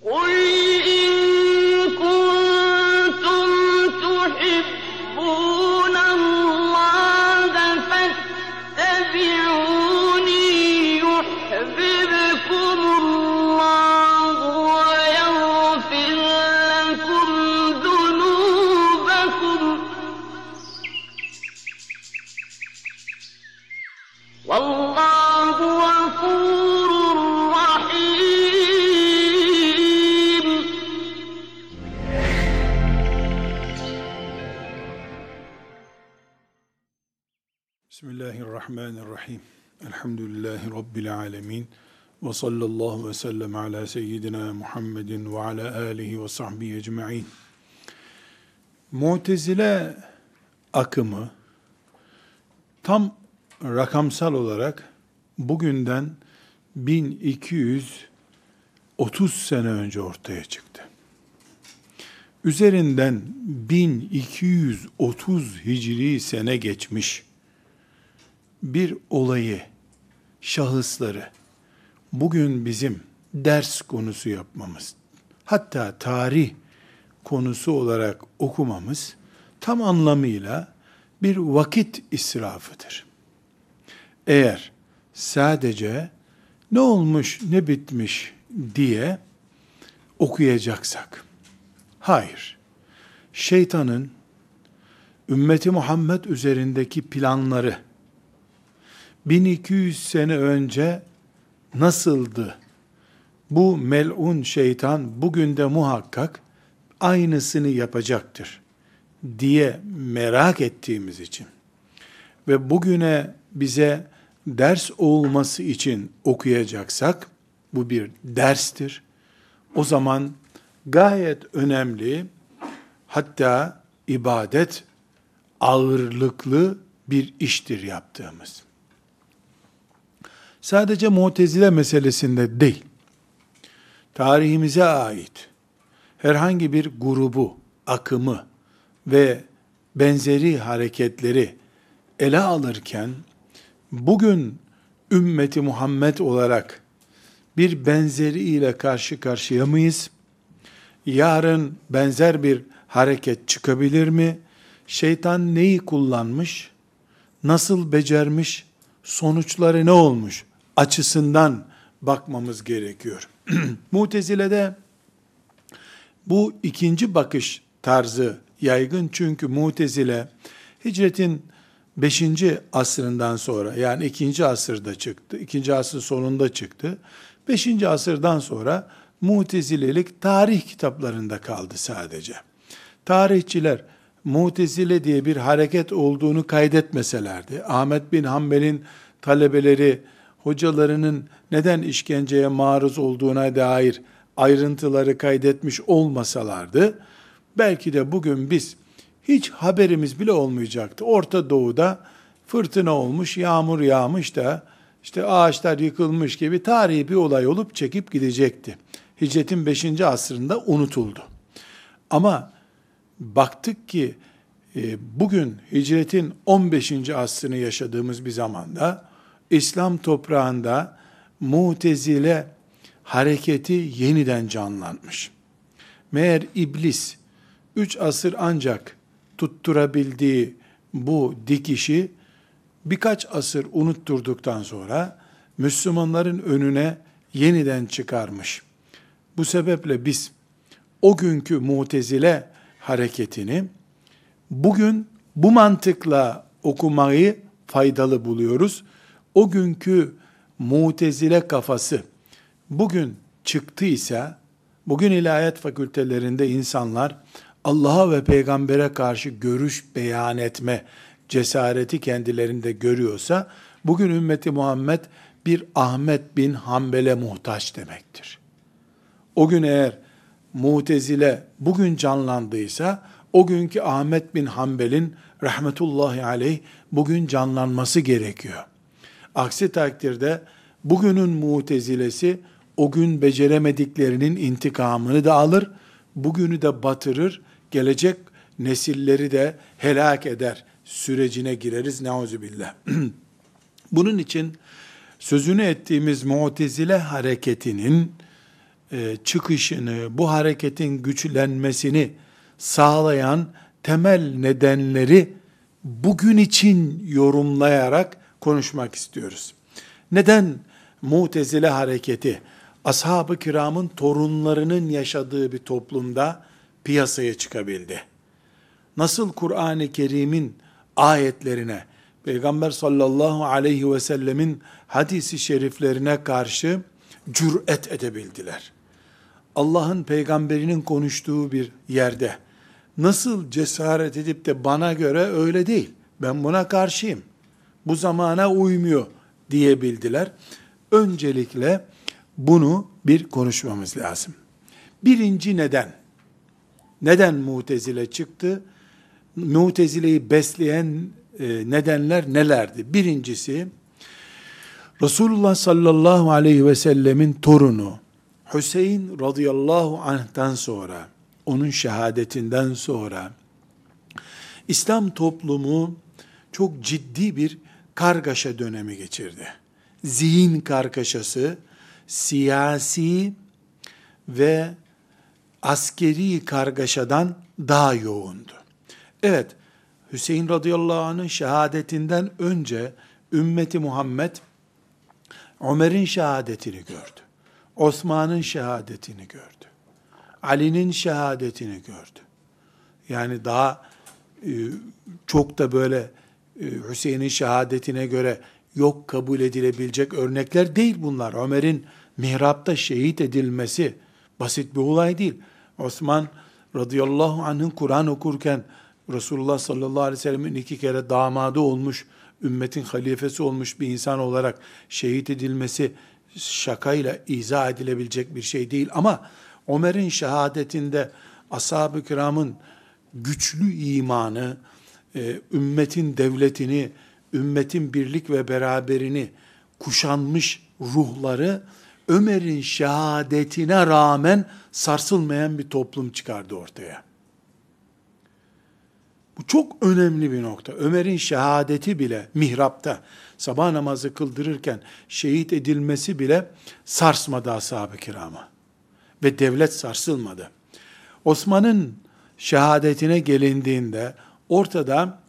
قُلْ إِن كُنتُمْ تُحِبُّونَ اللَّهَ فَاتَّبِعُونِي يُحْبِبْكُمُ اللَّهُ وَيَغْفِرْ لَكُمْ ذُنُوبَكُمْ وَاللَّهُ غَفُورٌ رَّحِيمٌ. Bismillahirrahmanirrahim. Elhamdülillahi Rabbil alemin. Ve sallallahu ve sellem ala seyyidina Muhammedin ve ala alihi ve sahbihi ecma'in. Mu'tezile akımı tam rakamsal olarak bugünden 1230 sene önce ortaya çıktı. Üzerinden 1230 hicri sene geçmiş bir olayı, şahısları bugün bizim ders konusu yapmamız, hatta tarih konusu olarak okumamız tam anlamıyla bir vakit israfıdır. Eğer sadece ne olmuş, ne bitmiş diye okuyacaksak, hayır, şeytanın ümmeti Muhammed üzerindeki planları 1200 sene önce nasıldı? Bu mel'un şeytan bugün de muhakkak aynısını yapacaktır diye merak ettiğimiz için ve bugüne bize ders olması için okuyacaksak, bu bir derstir. O zaman gayet önemli, hatta ibadet ağırlıklı bir iştir yaptığımız. Sadece Mu'tezile meselesinde değil, tarihimize ait herhangi bir grubu, akımı ve benzeri hareketleri ele alırken, bugün ümmeti Muhammed olarak bir benzeriyle karşı karşıya mıyız? Yarın benzer bir hareket çıkabilir mi? Şeytan neyi kullanmış? Nasıl becermiş? Sonuçları ne olmuş? Açısından bakmamız gerekiyor. Mu'tezile'de bu ikinci bakış tarzı yaygın, çünkü Mu'tezile hicretin 5. asrından sonra, yani 2. asırda çıktı. 2. asır sonunda çıktı. 5. asırdan sonra Mu'tezilelik tarih kitaplarında kaldı sadece. Tarihçiler Mu'tezile diye bir hareket olduğunu kaydetmeselerdi, Ahmet bin Hanbel'in talebeleri hocalarının neden işkenceye maruz olduğuna dair ayrıntıları kaydetmiş olmasalardı, belki de bugün biz hiç haberimiz bile olmayacaktı. Orta Doğu'da fırtına olmuş, yağmur yağmış da işte ağaçlar yıkılmış gibi tarihi bir olay olup çekip gidecekti. Hicretin 5. asrında unutuldu. Ama baktık ki bugün hicretin 15. asrını yaşadığımız bir zamanda İslam toprağında Mu'tezile hareketi yeniden canlanmış. Meğer iblis 3 asır ancak tutturabildiği bu dikişi birkaç asır unutturduktan sonra Müslümanların önüne yeniden çıkarmış. Bu sebeple biz o günkü Mu'tezile hareketini bugün bu mantıkla okumayı faydalı buluyoruz. O günkü Mu'tezile kafası bugün çıktıysa, bugün ilahiyat fakültelerinde insanlar Allah'a ve peygambere karşı görüş beyan etme cesareti kendilerinde görüyorsa, bugün ümmeti Muhammed bir Ahmet bin Hanbel'e muhtaç demektir. O gün eğer Mu'tezile bugün canlandıysa, o günkü Ahmet bin Hanbel'in rahmetullahi aleyh bugün canlanması gerekiyor. Aksi takdirde bugünün Mu'tezilesi o gün beceremediklerinin intikamını da alır, bugünü de batırır, gelecek nesilleri de helak eder sürecine gireriz. Neuzubillah. Bunun için sözünü ettiğimiz Mu'tezile hareketinin çıkışını, bu hareketin güçlenmesini sağlayan temel nedenleri bugün için yorumlayarak konuşmak istiyoruz. Neden Mu'tezile hareketi ashab-ı kiramın torunlarının yaşadığı bir toplumda piyasaya çıkabildi? Nasıl Kur'an-ı Kerim'in ayetlerine, Peygamber sallallahu aleyhi ve sellemin hadisi şeriflerine karşı cüret edebildiler? Allah'ın peygamberinin konuştuğu bir yerde nasıl cesaret edip de bana göre öyle değil, ben buna karşıyım, bu zamana uymuyor diyebildiler? Öncelikle bunu bir konuşmamız lazım. Birinci neden Mu'tezile çıktı? Mu'tezile'yi besleyen nedenler nelerdi? Birincisi, Resulullah sallallahu aleyhi ve sellemin torunu Hüseyin radıyallahu anh'tan sonra, onun şehadetinden sonra İslam toplumu çok ciddi bir kargaşa dönemi geçirdi. Zihin kargaşası, siyasi ve askeri kargaşadan daha yoğundu. Evet, Hüseyin radıyallahu anh'ın şehadetinden önce ümmeti Muhammed Ömer'in şehadetini gördü. Osman'ın şehadetini gördü. Ali'nin şehadetini gördü. Yani daha çok da böyle Hüseyin'in şehadetine göre yok kabul edilebilecek örnekler değil bunlar. Ömer'in mihrapta şehit edilmesi basit bir olay değil. Osman radıyallahu anh'ın Kur'an okurken Resulullah sallallahu aleyhi ve sellemin 2 kere damadı olmuş, ümmetin halifesi olmuş bir insan olarak şehit edilmesi şakayla izah edilebilecek bir şey değil. Ama Ömer'in şehadetinde ashab-ı kiramın güçlü imanı, ümmetin devletini, ümmetin birlik ve beraberini kuşanmış ruhları Ömer'in şehadetine rağmen sarsılmayan bir toplum çıkardı ortaya. Bu çok önemli bir nokta. Ömer'in şehadeti bile mihrapta, sabah namazı kıldırırken şehit edilmesi bile sarsmadı ashab-ı kiramı. Ve devlet sarsılmadı. Osman'ın şehadetine gelindiğinde ortada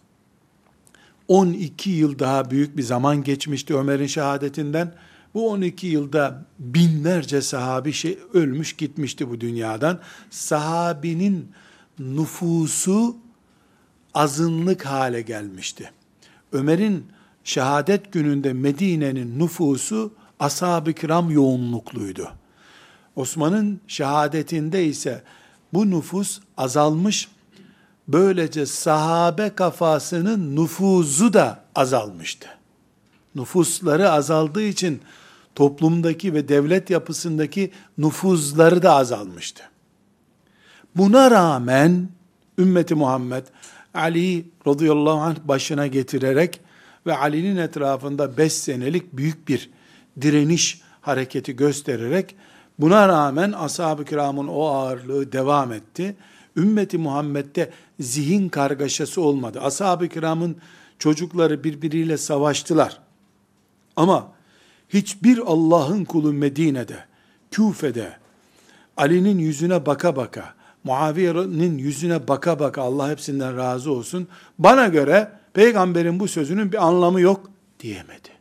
12 yıl daha büyük bir zaman geçmişti Ömer'in şehadetinden. Bu 12 yılda binlerce sahabi ölmüş gitmişti bu dünyadan. Sahabinin nüfusu azınlık hale gelmişti. Ömer'in şehadet gününde Medine'nin nüfusu ashab-ı kiram yoğunlukluydu. Osman'ın şehadetinde ise bu nüfus azalmış, böylece sahabe kafasının nüfuzu da azalmıştı. Nüfusları azaldığı için toplumdaki ve devlet yapısındaki nüfuzları da azalmıştı. Buna rağmen ümmeti Muhammed Ali radıyallahu anh başına getirerek ve Ali'nin etrafında 5 senelik büyük bir direniş hareketi göstererek, buna rağmen ashab-ı kiramın o ağırlığı devam etti. Ümmeti Muhammed'de zihin kargaşası olmadı. Ashab-ı kiramın çocukları birbiriyle savaştılar. Ama hiçbir Allah'ın kulu Medine'de, Küfe'de, Ali'nin yüzüne baka baka, Muaviye'nin yüzüne baka baka, Allah hepsinden razı olsun, bana göre peygamberin bu sözünün bir anlamı yok diyemedi.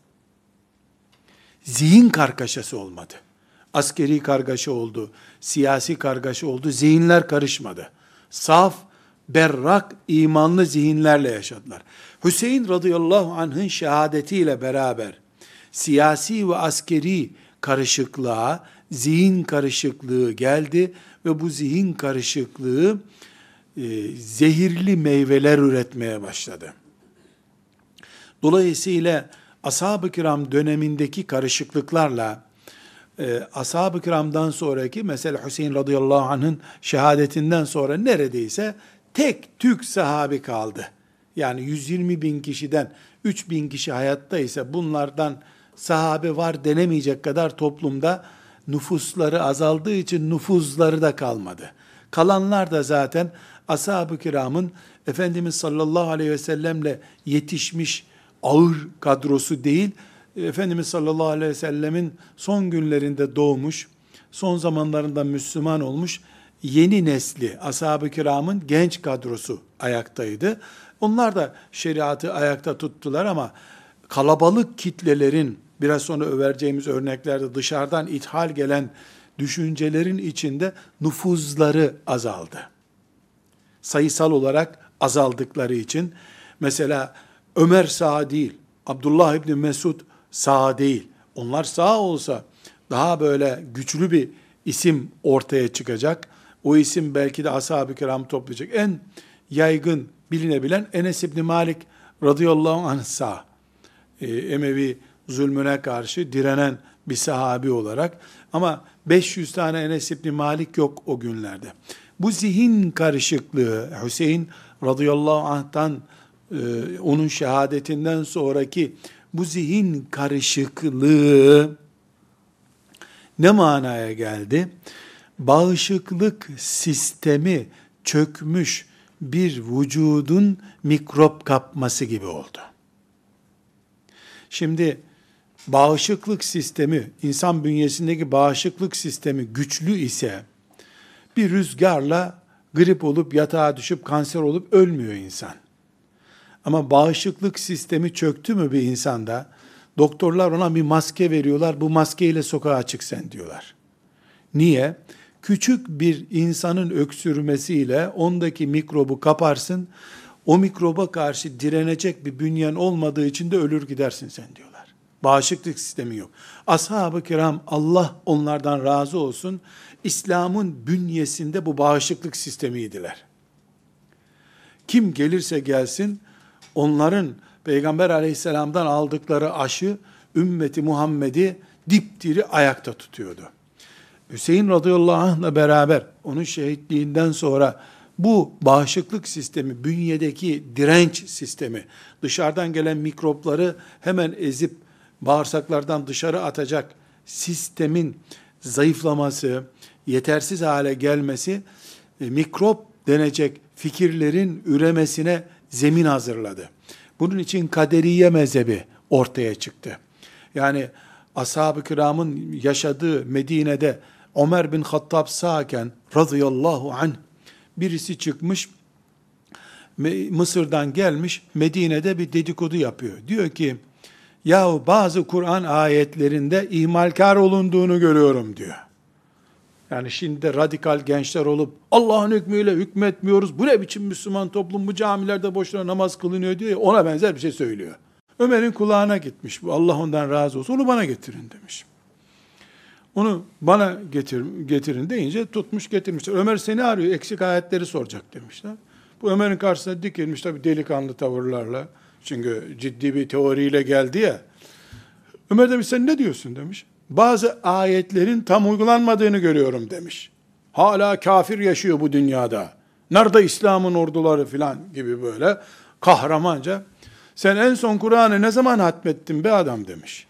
Zihin kargaşası olmadı. Askeri kargaşa oldu, siyasi kargaşa oldu, zihinler karışmadı. Saf, berrak, imanlı zihinlerle yaşadılar. Hüseyin radıyallahu anh'ın şehadetiyle beraber siyasi ve askeri karışıklığa, zihin karışıklığı geldi ve bu zihin karışıklığı zehirli meyveler üretmeye başladı. Dolayısıyla ashab-ı kiram dönemindeki karışıklıklarla ashab-ı kiramdan sonraki, mesela Hüseyin radıyallahu anh'ın şehadetinden sonra neredeyse tek Türk sahabi kaldı. Yani 120 bin kişiden 3 bin kişi hayatta ise bunlardan sahabe var denemeyecek kadar toplumda nüfusları azaldığı için nüfuzları da kalmadı. Kalanlar da zaten ashab-ı kiramın Efendimiz sallallahu aleyhi ve sellemle yetişmiş ağır kadrosu değil, Efendimiz sallallahu aleyhi ve sellemin son günlerinde doğmuş, son zamanlarında Müslüman olmuş yeni nesli, ashab-ı kiramın genç kadrosu ayaktaydı. Onlar da şeriatı ayakta tuttular ama kalabalık kitlelerin, biraz sonra vereceğimiz örneklerde dışarıdan ithal gelen düşüncelerin içinde nüfuzları azaldı. Sayısal olarak azaldıkları için, mesela Ömer sağ değil, Abdullah İbni Mesud sağ değil. Onlar sağ olsa daha böyle güçlü bir isim ortaya çıkacak. O isim belki de ashab-ı kiram toplayacak. En yaygın bilinebilen Enes İbni Malik radıyallahu anh sağ. Emevi zulmüne karşı direnen bir sahabi olarak. Ama 500 tane Enes İbni Malik yok o günlerde. Bu zihin karışıklığı, Hüseyin radıyallahu anh'tan onun şehadetinden sonraki bu zihin karışıklığı ne manaya geldi? Bağışıklık sistemi çökmüş bir vücudun mikrop kapması gibi oldu. Şimdi bağışıklık sistemi, insan bünyesindeki bağışıklık sistemi güçlü ise bir rüzgarla grip olup yatağa düşüp kanser olup ölmüyor insan. Ama bağışıklık sistemi çöktü mü bir insanda, doktorlar ona bir maske veriyorlar, bu maskeyle sokağa çık sen diyorlar. Niye? Küçük bir insanın öksürmesiyle ondaki mikrobu kaparsın, o mikroba karşı direnecek bir bünyen olmadığı için de ölür gidersin sen diyorlar. Bağışıklık sistemi yok. Ashab-ı kiram, Allah onlardan razı olsun, İslam'ın bünyesinde bu bağışıklık sistemiydiler. Kim gelirse gelsin, onların Peygamber aleyhisselamdan aldıkları aşı, ümmeti Muhammed'i dipdiri ayakta tutuyordu. Hüseyin radıyallahu anh'la beraber, onun şehitliğinden sonra, bu bağışıklık sistemi, bünyedeki direnç sistemi, dışarıdan gelen mikropları hemen ezip, bağırsaklardan dışarı atacak sistemin zayıflaması, yetersiz hale gelmesi, mikrop denecek fikirlerin üremesine zemin hazırladı. Bunun için kaderiye mezhebi ortaya çıktı. Yani ashab-ı kiramın yaşadığı Medine'de Ömer bin Hattab sağken radıyallahu anh, birisi çıkmış, Mısır'dan gelmiş, Medine'de bir dedikodu yapıyor. Diyor ki, yahu bazı Kur'an ayetlerinde ihmalkar olunduğunu görüyorum diyor. Yani şimdi de radikal gençler olup Allah'ın hükmüyle hükmetmiyoruz, bu ne biçim Müslüman toplum, bu camilerde boşuna namaz kılınıyor diyor ya, ona benzer bir şey söylüyor. Ömer'in kulağına gitmiş bu, Allah ondan razı olsun, onu bana getirin demiş. Onu bana getirin deyince tutmuş getirmişler. Ömer seni arıyor, eksik ayetleri soracak demişler. Bu Ömer'in karşısına dikilmiş tabii delikanlı tavırlarla. Çünkü ciddi bir teoriyle geldi ya. Ömer demiş, sen ne diyorsun demiş. Bazı ayetlerin tam uygulanmadığını görüyorum demiş. Hala kafir yaşıyor bu dünyada. Nerede İslam'ın orduları filan gibi böyle kahramanca. Sen en son Kur'an'ı ne zaman hatmettin be adam demiş.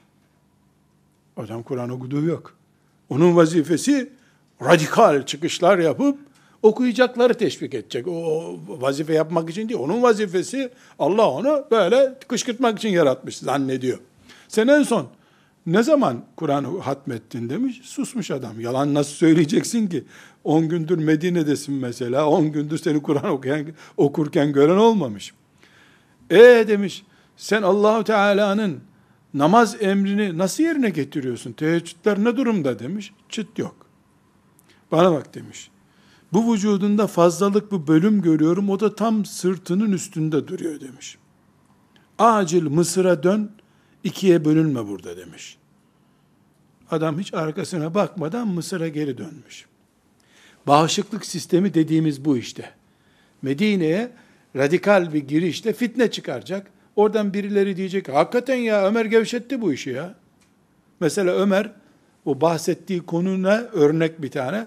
Adam Kur'an okuduğu yok. Onun vazifesi radikal çıkışlar yapıp okuyacakları teşvik edecek. O vazife yapmak için değil. Onun vazifesi, Allah onu böyle kışkırtmak için yaratmış zannediyor. Sen en son ne zaman Kur'an'ı hatmettin demiş. Susmuş adam. Yalan nasıl söyleyeceksin ki? 10 gündür Medine'desin mesela. 10 gündür seni Kur'an okurken gören olmamış. Demiş, sen Allahu Teala'nın namaz emrini nasıl yerine getiriyorsun? Teheccüdler ne durumda demiş. Çıt yok. Bana bak demiş. Bu vücudunda fazlalık bir bölüm görüyorum. O da tam sırtının üstünde duruyor demiş. Acil Mısır'a dön. 2'ye bölünme burada demiş. Adam hiç arkasına bakmadan Mısır'a geri dönmüş. Bağışıklık sistemi dediğimiz bu işte. Medine'ye radikal bir girişle fitne çıkaracak. Oradan birileri diyecek, hakikaten ya Ömer gevşetti bu işi ya. Mesela Ömer, o bahsettiği konuna örnek bir tane,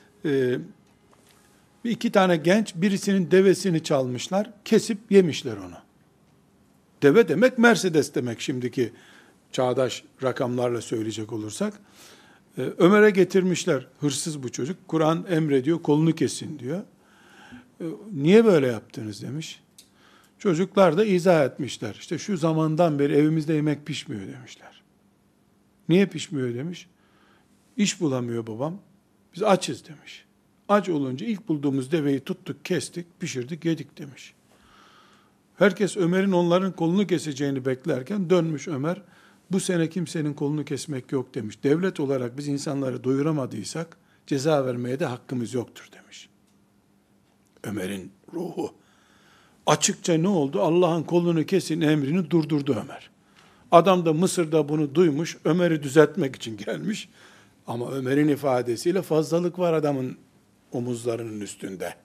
iki tane genç birisinin devesini çalmışlar, kesip yemişler onu. Deve demek Mercedes demek şimdiki çağdaş rakamlarla söyleyecek olursak. Ömer'e getirmişler, hırsız bu çocuk, Kur'an emrediyor, kolunu kesin diyor. Niye böyle yaptınız demiş. Çocuklar da izah etmişler. İşte şu zamandan beri evimizde yemek pişmiyor demişler. Niye pişmiyor demiş. İş bulamıyor babam. Biz açız demiş. Aç olunca ilk bulduğumuz deveyi tuttuk, kestik, pişirdik, yedik demiş. Herkes Ömer'in onların kolunu keseceğini beklerken dönmüş Ömer, bu sene kimsenin kolunu kesmek yok demiş. Devlet olarak biz insanları doyuramadıysak ceza vermeye de hakkımız yoktur demiş. Ömer'in ruhu. Açıkça ne oldu? Allah'ın kolunu kesin emrini durdurdu Ömer. Adam da Mısır'da bunu duymuş, Ömer'i düzeltmek için gelmiş. Ama Ömer'in ifadesiyle fazlalık var adamın omuzlarının üstünde.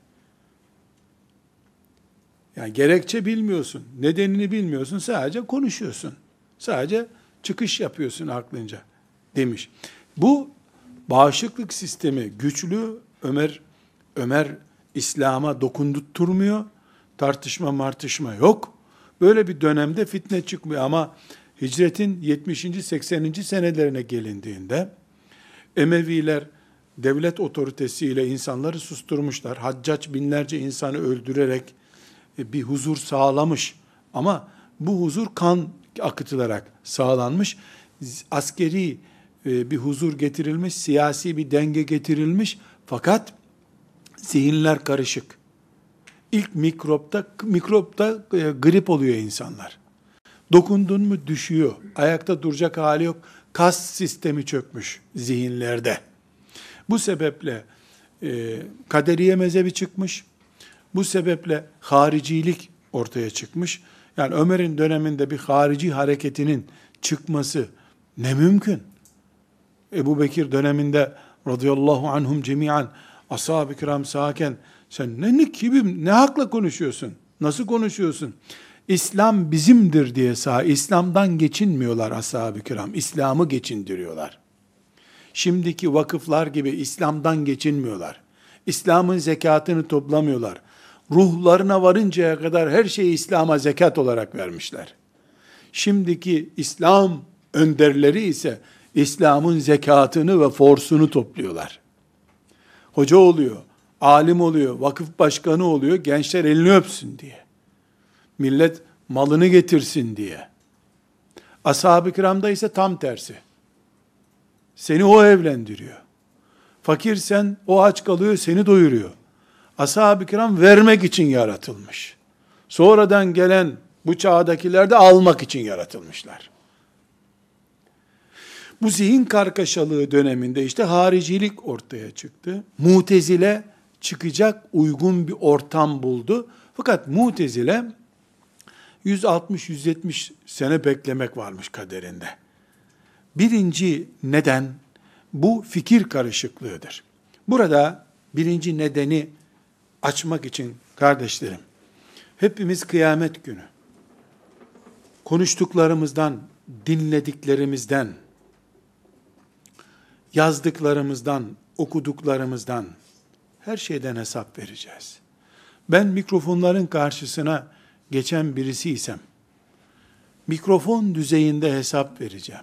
Yani gerekçe bilmiyorsun, nedenini bilmiyorsun, sadece konuşuyorsun. Sadece çıkış yapıyorsun aklınca demiş. Bu bağışıklık sistemi güçlü. Ömer İslam'a dokundurtmuyor. Tartışma martışma yok. Böyle bir dönemde fitne çıkmıyor ama hicretin 70. 80. senelerine gelindiğinde Emeviler devlet otoritesiyle insanları susturmuşlar. Haccac binlerce insanı öldürerek bir huzur sağlamış. Ama bu huzur kan akıtılarak sağlanmış. Askeri bir huzur getirilmiş, siyasi bir denge getirilmiş. Fakat zihinler karışık. İlk mikropta grip oluyor insanlar. Dokundun mu düşüyor. Ayakta duracak hali yok. Kas sistemi çökmüş zihinlerde. Bu sebeple kaderiye mezhebi çıkmış. Bu sebeple haricilik ortaya çıkmış. Yani Ömer'in döneminde bir harici hareketinin çıkması ne mümkün? Ebu Bekir döneminde radıyallahu anhum cemiyan ashab-ı kiram sağken sen ne hakla konuşuyorsun? Nasıl konuşuyorsun? İslam bizimdir diye İslam'dan geçinmiyorlar ashab-ı kiram. İslam'ı geçindiriyorlar. Şimdiki vakıflar gibi İslam'dan geçinmiyorlar. İslam'ın zekatını toplamıyorlar. Ruhlarına varıncaya kadar her şeyi İslam'a zekat olarak vermişler. Şimdiki İslam önderleri ise İslam'ın zekatını ve forsunu topluyorlar. Hoca oluyor, alim oluyor, vakıf başkanı oluyor, gençler elini öpsün diye. Millet malını getirsin diye. Ashab-ı kiramda ise tam tersi. Seni o evlendiriyor. Fakirsen o aç kalıyor, seni doyuruyor. Ashab-ı kiram vermek için yaratılmış. Sonradan gelen bu çağdakiler de almak için yaratılmışlar. Bu zihin kargaşalığı döneminde işte haricilik ortaya çıktı. Mutezile çıkacak uygun bir ortam buldu. Fakat Mutezile 160-170 sene beklemek varmış kaderinde. Birinci neden bu fikir karışıklığıdır. Burada birinci nedeni açmak için kardeşlerim, hepimiz kıyamet günü konuştuklarımızdan, dinlediklerimizden, yazdıklarımızdan, okuduklarımızdan, her şeyden hesap vereceğiz. Ben mikrofonların karşısına geçen birisiysem, mikrofon düzeyinde hesap vereceğim.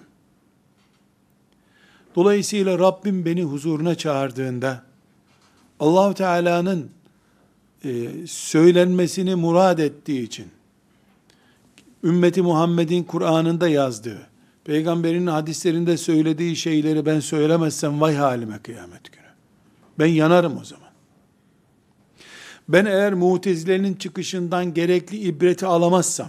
Dolayısıyla Rabbim beni huzuruna çağırdığında, Allah-u Teala'nın söylenmesini murad ettiği için, ümmeti Muhammed'in Kur'an'ında yazdığı, Peygamberinin hadislerinde söylediği şeyleri ben söylemezsem vay halime kıyamet günü. Ben yanarım o zaman. Ben eğer Mutezile'nin çıkışından gerekli ibreti alamazsam,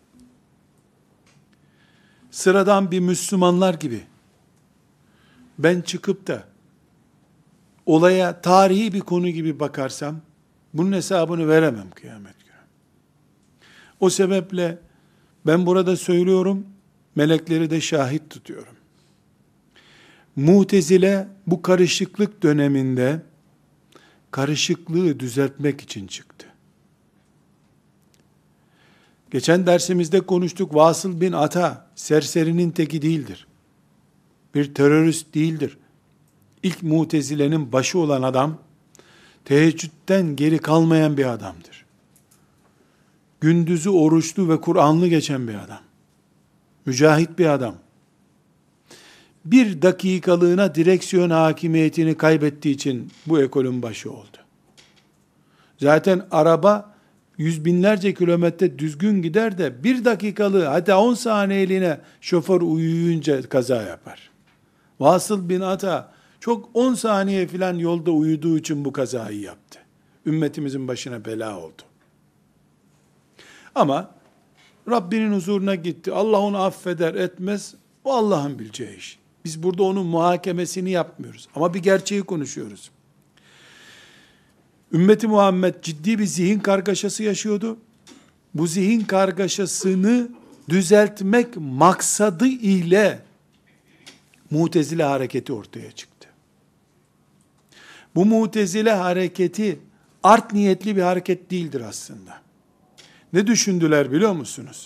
sıradan bir Müslümanlar gibi, ben çıkıp da olaya tarihi bir konu gibi bakarsam, bunun hesabını veremem kıyamet günü. O sebeple ben burada söylüyorum, melekleri de şahit tutuyorum. Mutezile bu karışıklık döneminde karışıklığı düzeltmek için çıktı. Geçen dersimizde konuştuk, Vasıl bin Ata serserinin teki değildir. Bir terörist değildir. İlk Mutezile'nin başı olan adam, teheccüden geri kalmayan bir adamdır. Gündüzü oruçlu ve Kur'anlı geçen bir adam. Mücahit bir adam. Bir dakikalığına direksiyon hakimiyetini kaybettiği için bu ekolün başı oldu. Zaten araba yüz binlerce kilometre düzgün gider de bir dakikalığı, hatta 10 saniyeliğine şoför uyuyunca kaza yapar. Vasıl bin Ata Çok 10 saniye filan yolda uyuduğu için bu kazayı yaptı. Ümmetimizin başına bela oldu. Ama Rabbinin huzuruna gitti. Allah onu affeder etmez. O Allah'ın bileceği iş. Biz burada onun muhakemesini yapmıyoruz. Ama bir gerçeği konuşuyoruz. Ümmeti Muhammed ciddi bir zihin kargaşası yaşıyordu. Bu zihin kargaşasını düzeltmek maksadı ile Mutezile hareketi ortaya çıktı. Bu Mutezile hareketi art niyetli bir hareket değildir aslında. Ne düşündüler biliyor musunuz?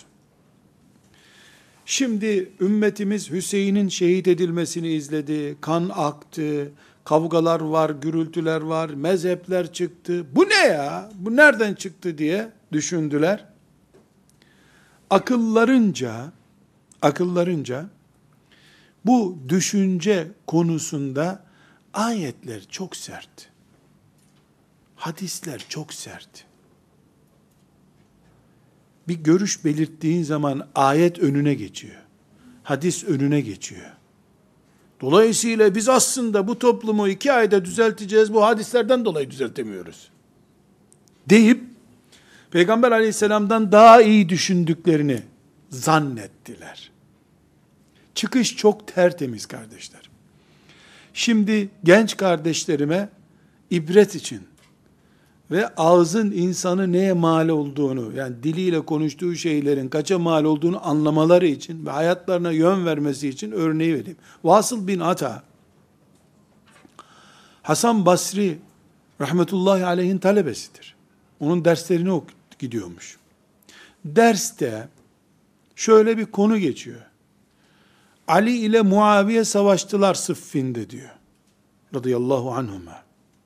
Şimdi ümmetimiz Hüseyin'in şehit edilmesini izledi, kan aktı, kavgalar var, gürültüler var, mezhepler çıktı. Bu ne ya? Bu nereden çıktı diye düşündüler. Akıllarınca bu düşünce konusunda ayetler çok sert. Hadisler çok sert. Bir görüş belirttiğin zaman ayet önüne geçiyor. Hadis önüne geçiyor. Dolayısıyla biz aslında bu toplumu 2 ayda düzelteceğiz, bu hadislerden dolayı düzeltemiyoruz deyip, Peygamber aleyhisselamdan daha iyi düşündüklerini zannettiler. Çıkış çok tertemiz kardeşler. Şimdi genç kardeşlerime ibret için ve ağzın insanı neye mal olduğunu, yani diliyle konuştuğu şeylerin kaça mal olduğunu anlamaları için ve hayatlarına yön vermesi için örneği vereyim. Vasıl bin Ata, Hasan Basri rahmetullahi aleyhin talebesidir. Onun derslerine gidiyormuş. Derste şöyle bir konu geçiyor. Ali ile Muaviye savaştılar Sıffin'de diyor. Radıyallahu anhuma.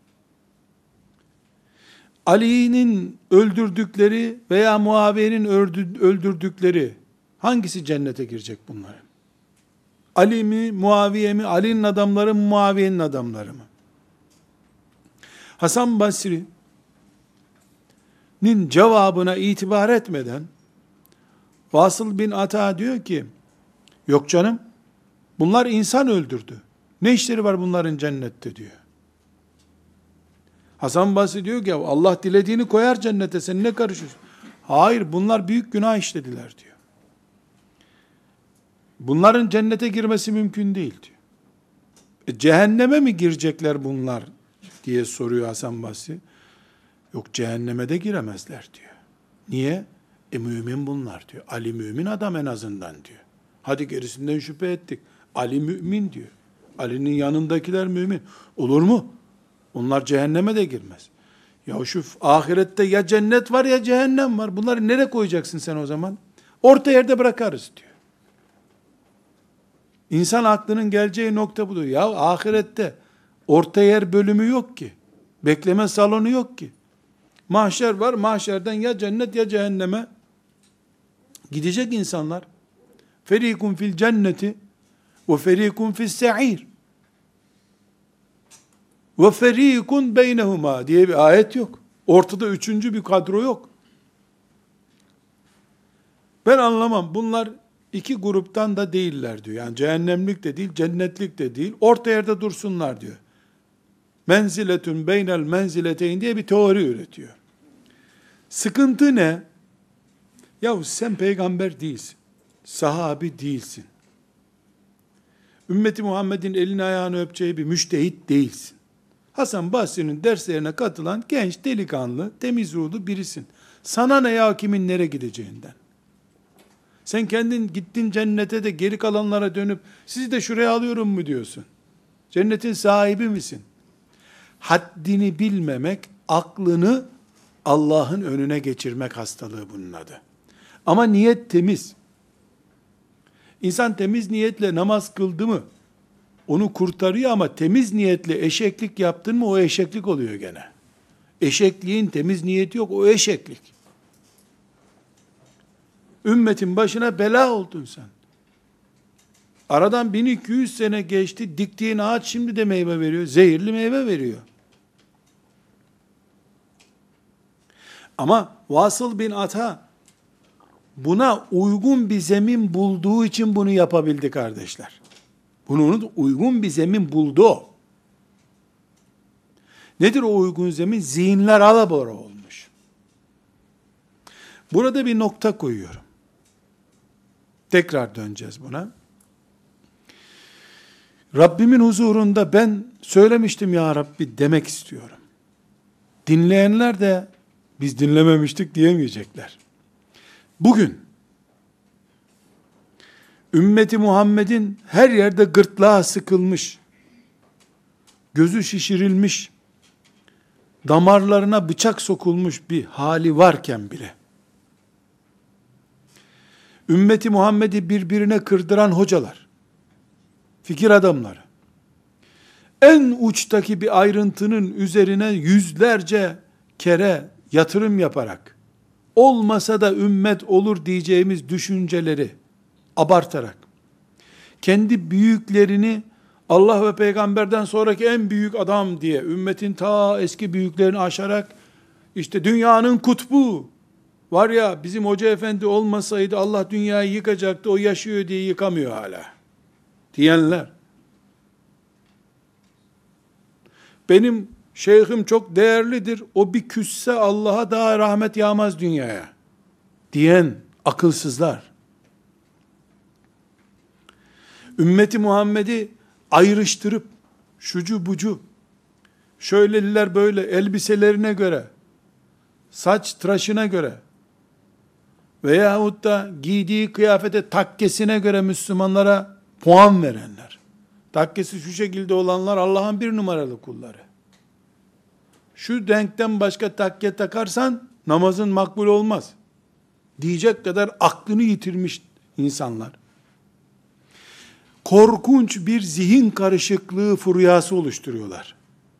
Ali'nin öldürdükleri veya Muaviye'nin öldürdükleri hangisi cennete girecek bunların? Ali mi, Muaviye mi, Ali'nin adamları mı, Muaviye'nin adamları mı? Hasan Basri'nin cevabına itibar etmeden Vasıl bin Ata diyor ki, yok canım, bunlar insan öldürdü. Ne işleri var bunların cennette diyor. Hasan Basri diyor ki, Allah dilediğini koyar cennete, sen ne karışıyorsun? Hayır, bunlar büyük günah işlediler diyor. Bunların cennete girmesi mümkün değil diyor. Cehenneme mi girecekler bunlar diye soruyor Hasan Basri. Yok, cehenneme de giremezler diyor. Niye? Mümin bunlar diyor. Ali mümin adam en azından diyor. Hadi gerisinden şüphe ettik. Ali mümin diyor. Ali'nin yanındakiler mümin. Olur mu? Onlar cehenneme de girmez. Ya şu ahirette ya cennet var ya cehennem var. Bunları nereye koyacaksın sen o zaman? Orta yerde bırakarız diyor. İnsan aklının geleceği nokta budur. Ya ahirette orta yer bölümü yok ki. Bekleme salonu yok ki. Mahşer var. Mahşerden ya cennet ya cehenneme gidecek insanlar. Ferikun fil cenneti ve ferikun fis sa'ir ve ferikun beynehuma diye bir ayet yok. Ortada üçüncü bir kadro yok. Ben anlamam. Bunlar iki gruptan da değiller diyor. Yani cehennemlik de değil, cennetlik de değil. Orta yerde dursunlar diyor. Menziletun beynel menzileteyn diye bir teori üretiyor. Sıkıntı ne? Yahu sen peygamber değilsin. Sahabi değilsin. Ümmeti Muhammed'in elini ayağını öpeceği bir müştehit değilsin. Hasan Basri'nin derslerine katılan genç, delikanlı, temiz ruhlu birisin. Sana ne ya kimin nereye gideceğinden? Sen kendin gittin cennete de geri kalanlara dönüp sizi de şuraya alıyorum mu diyorsun? Cennetin sahibi misin? Haddini bilmemek, aklını Allah'ın önüne geçirmek hastalığı bunun adı. Ama niyet temiz. İnsan temiz niyetle namaz kıldı mı, onu kurtarıyor ama temiz niyetle eşeklik yaptın mı o eşeklik oluyor gene. Eşekliğin temiz niyeti yok, o eşeklik. Ümmetin başına bela oldun sen. Aradan 1200 sene geçti, diktiğin ağaç şimdi de meyve veriyor, zehirli meyve veriyor. Ama Vasıl bin Ata buna uygun bir zemin bulduğu için bunu yapabildi kardeşler. Bunu uygun bir zemin buldu o. Nedir o uygun zemin? Zihinler alabora olmuş. Burada bir nokta koyuyorum. Tekrar döneceğiz buna. Rabbimin huzurunda ben söylemiştim ya Rabbi demek istiyorum. Dinleyenler de biz dinlememiştik diyemeyecekler. Bugün ümmeti Muhammed'in her yerde gırtlağı sıkılmış, gözü şişirilmiş, damarlarına bıçak sokulmuş bir hali varken bile, ümmeti Muhammed'i birbirine kırdıran hocalar, fikir adamları, en uçtaki bir ayrıntının üzerine yüzlerce kere yatırım yaparak, olmasa da ümmet olur diyeceğimiz düşünceleri abartarak, kendi büyüklerini Allah ve peygamberden sonraki en büyük adam diye, ümmetin ta eski büyüklerini aşarak, işte dünyanın kutbu, var ya bizim hoca efendi olmasaydı Allah dünyayı yıkacaktı, o yaşıyor diye yıkamıyor hala, diyenler, benim şeyhim çok değerlidir, o bir küsse Allah'a daha rahmet yağmaz dünyaya, diyen akılsızlar, ümmeti Muhammed'i ayrıştırıp, şucu bucu, şöyleliler böyle, elbiselerine göre, saç tıraşına göre, veyahut da giydiği kıyafete, takkesine göre Müslümanlara puan verenler, takkesi şu şekilde olanlar Allah'ın bir numaralı kulları. Şu denkten başka takke takarsan namazın makbul olmaz diyecek kadar aklını yitirmiş insanlar. Korkunç bir zihin karışıklığı furyası oluşturuyorlar.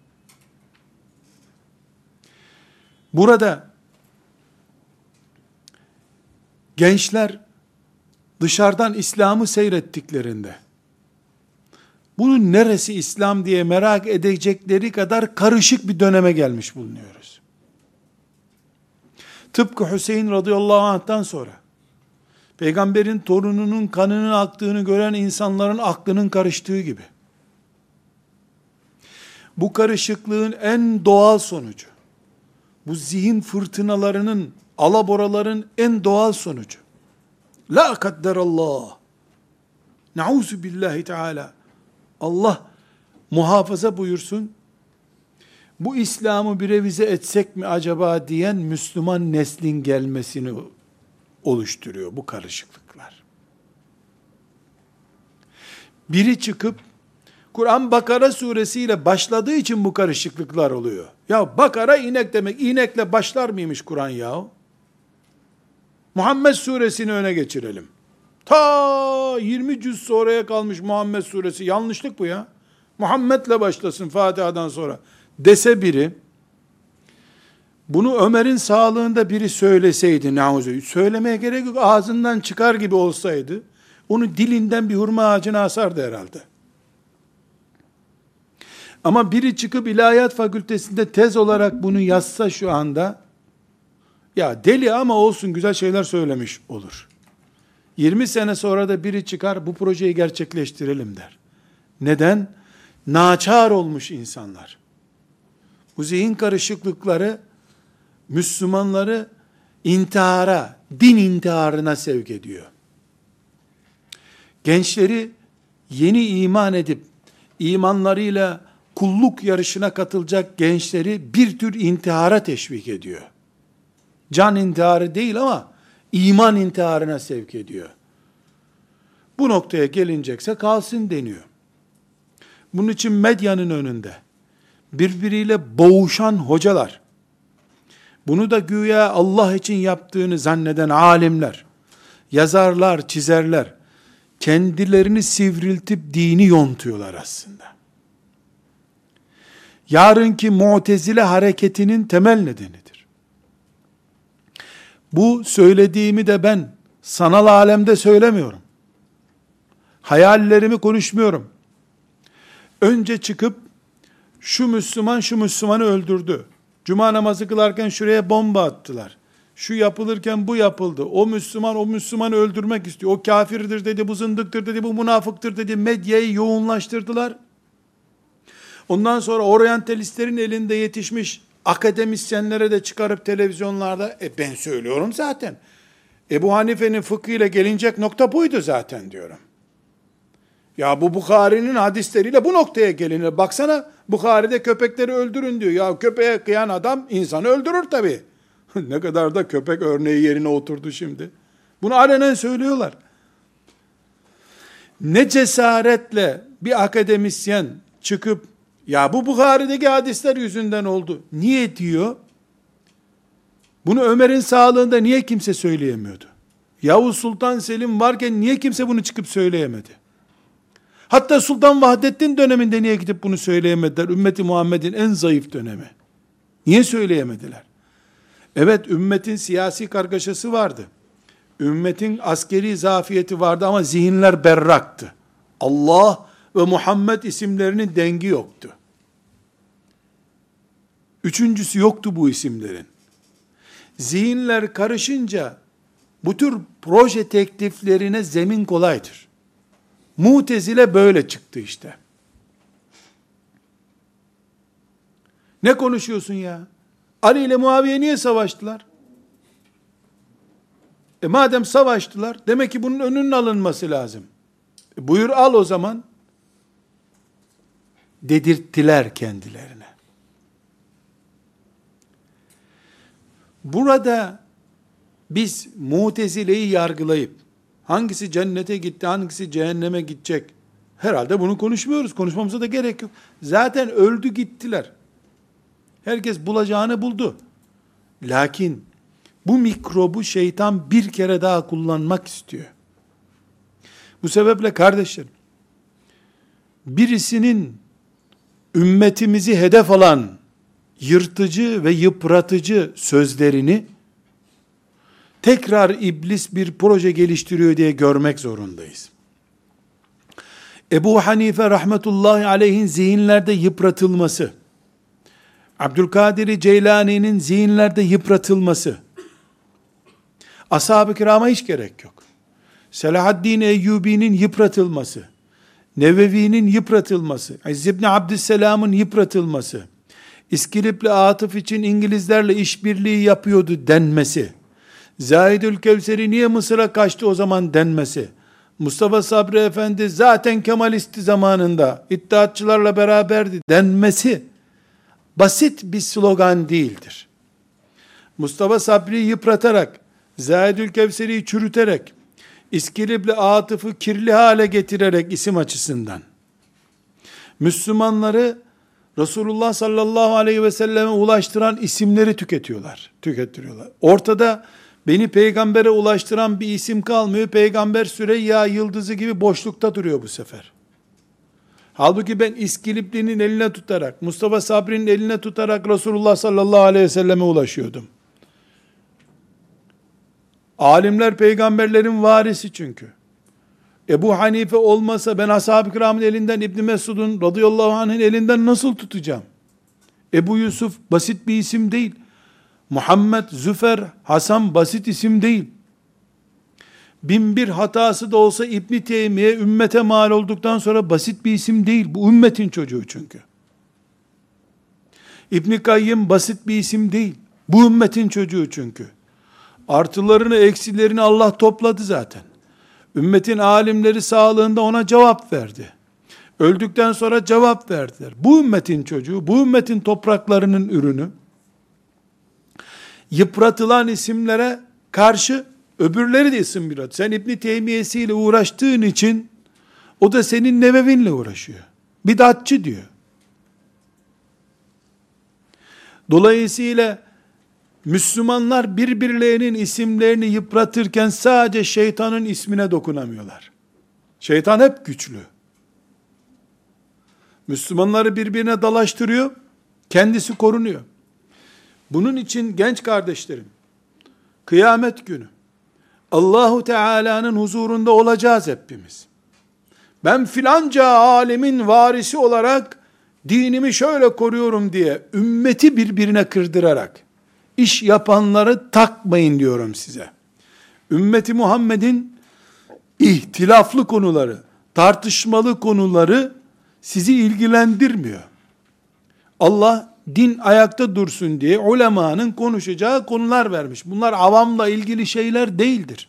Burada gençler dışarıdan İslam'ı seyrettiklerinde bunun neresi İslam diye merak edecekleri kadar karışık bir döneme gelmiş bulunuyoruz. Tıpkı Hüseyin radıyallahu anh'tan sonra peygamberin torununun kanının aktığını gören insanların aklının karıştığı gibi. Bu karışıklığın en doğal sonucu, bu zihin fırtınalarının, alaboraların en doğal sonucu. La kadderallah. Nauzu billahi teala. Allah muhafaza buyursun. Bu İslam'ı bir revize etsek mi acaba diyen Müslüman neslin gelmesini oluşturuyor bu karışıklıklar. Biri çıkıp Kur'an Bakara suresiyle başladığı için bu karışıklıklar oluyor. Ya Bakara inek demek. İnekle başlar mıymış Kur'an ya? Muhammed suresini öne geçirelim. Ta 20 cüz sonraya kalmış Muhammed suresi. Yanlışlık bu ya. Muhammed'le başlasın Fatiha'dan sonra dese biri, bunu Ömer'in sağlığında biri söyleseydi, nauzu, söylemeye gerek yok, ağzından çıkar gibi olsaydı, onu dilinden bir hurma ağacına asardı herhalde. Ama biri çıkıp ilahiyat fakültesinde tez olarak bunu yazsa şu anda, ya deli ama olsun güzel şeyler söylemiş olur. 20 sene sonra da biri çıkar, bu projeyi gerçekleştirelim der. Neden? Naçar olmuş insanlar. Bu zihin karışıklıkları, Müslümanları intihara, din intiharına sevk ediyor. Gençleri yeni iman edip, imanlarıyla kulluk yarışına katılacak gençleri bir tür intihara teşvik ediyor. Can intiharı değil ama iman intiharına sevk ediyor. Bu noktaya gelincekse kalsın deniyor. Bunun için medyanın önünde birbiriyle boğuşan hocalar, bunu da güya Allah için yaptığını zanneden alimler, yazarlar, çizerler, kendilerini sivriltip dini yontuyorlar aslında. Yarınki Mu'tezile hareketinin temel nedenidir. Bu söylediğimi de ben sanal alemde söylemiyorum. Hayallerimi konuşmuyorum. Önce çıkıp şu Müslüman şu Müslümanı öldürdü. Cuma namazı kılarken şuraya bomba attılar. Şu yapılırken bu yapıldı. O Müslüman o Müslümanı öldürmek istiyor. O kafirdir dedi, bu zındıktır dedi, bu münafıktır dedi. Medyayı yoğunlaştırdılar. Ondan sonra oryantalistlerin elinde yetişmiş akademisyenlere de çıkarıp televizyonlarda ben söylüyorum zaten. Ebu Hanife'nin fıkhıyla gelinecek nokta buydu zaten diyorum. Ya bu Bukhari'nin hadisleriyle bu noktaya gelinir. Baksana Bukhari'de köpekleri öldürün diyor. Ya köpeğe kıyan adam insanı öldürür tabii. Ne kadar da köpek örneği yerine oturdu şimdi. Bunu alenen söylüyorlar. Ne cesaretle bir akademisyen çıkıp ya bu Bukhari'deki hadisler yüzünden oldu. Niye diyor? Bunu Ömer'in sağlığında niye kimse söyleyemiyordu? Yavuz Sultan Selim varken niye kimse bunu çıkıp söyleyemedi? Hatta Sultan Vahdettin döneminde niye gidip bunu söyleyemediler? Ümmeti Muhammed'in en zayıf dönemi. Niye söyleyemediler? Evet, ümmetin siyasi kargaşası vardı. Ümmetin askeri zafiyeti vardı ama zihinler berraktı. Allah ve Muhammed isimlerinin dengi yoktu. Üçüncüsü yoktu bu isimlerin. Zihinler karışınca bu tür proje tekliflerine zemin kolaydır. Mutezile böyle çıktı işte. Ne konuşuyorsun ya? Ali ile Muaviye niye savaştılar? Madem savaştılar, demek ki bunun önünün alınması lazım. Buyur al o zaman. Dedirttiler kendilerine. Burada biz Mutezile'yi yargılayıp, hangisi cennete gitti, hangisi cehenneme gidecek, herhalde bunu konuşmuyoruz. Konuşmamıza da gerek yok. Zaten öldü gittiler. Herkes bulacağını buldu. Lakin bu mikrobu şeytan bir kere daha kullanmak istiyor. Bu sebeple kardeşlerim, birisinin ümmetimizi hedef alan yırtıcı ve yıpratıcı sözlerini tekrar iblis bir proje geliştiriyor diye görmek zorundayız. Ebu Hanife rahmetullahi aleyhin zihinlerde yıpratılması, Abdülkadir Ceylani'nin zihinlerde yıpratılması, ashab-ı kirama hiç gerek yok. Selahaddin Eyyubi'nin yıpratılması, Nevevi'nin yıpratılması, İzz ibn Abdüsselam'ın yıpratılması, İskilipli Atıf için İngilizlerle işbirliği yapıyordu denmesi, Zahidül Kevseri niye Mısır'a kaçtı o zaman denmesi, Mustafa Sabri Efendi zaten Kemalisti zamanında İttihatçılarla beraberdi denmesi, basit bir slogan değildir. Mustafa Sabri'yi yıpratarak, Zahidül Kevseri'yi çürüterek, İskilipli Atıf'ı kirli hale getirerek isim açısından, Müslümanları Resulullah sallallahu aleyhi ve selleme ulaştıran isimleri tüketiyorlar. Ortada beni peygambere ulaştıran bir isim kalmıyor. Peygamber Süreyya yıldızı gibi boşlukta duruyor bu sefer. Halbuki ben İskilipli'nin eline tutarak, Mustafa Sabri'nin eline tutarak Resulullah sallallahu aleyhi ve selleme ulaşıyordum. Alimler peygamberlerin varisi çünkü. Ebu Hanife olmasa ben ashab-ı kiramın elinden, İbn Mesud'un radıyallahu anh'ın elinden nasıl tutacağım? Ebu Yusuf basit bir isim değil. Muhammed, Züfer, Hasan basit isim değil. 1001 hatası da olsa İbn Teymiye ümmete mal olduktan sonra basit bir isim değil. Bu ümmetin çocuğu çünkü. İbn Kayyım basit bir isim değil. Bu ümmetin çocuğu çünkü. Artılarını, eksilerini Allah topladı zaten. Ümmetin alimleri sağlığında ona cevap verdi. Öldükten sonra cevap verdiler. Bu ümmetin çocuğu, bu ümmetin topraklarının ürünü. Yıpratılan isimlere karşı öbürleri de isim biraz. Sen İbn Teymiye'siyle uğraştığın için o da senin Nevevinle uğraşıyor. Bidatçı diyor. Dolayısıyla Müslümanlar birbirlerinin isimlerini yıpratırken sadece şeytanın ismine dokunamıyorlar. Şeytan hep güçlü. Müslümanları birbirine dalaştırıyor, kendisi korunuyor. Bunun için genç kardeşlerim, kıyamet günü Allahu Teala'nın huzurunda olacağız hepimiz. Ben filanca alemin varisi olarak dinimi şöyle koruyorum diye ümmeti birbirine kırdırarak iş yapanları takmayın diyorum size. Ümmeti Muhammed'in ihtilaflı konuları, tartışmalı konuları sizi ilgilendirmiyor. Allah din ayakta dursun diye ulemanın konuşacağı konular vermiş. Bunlar avamla ilgili şeyler değildir.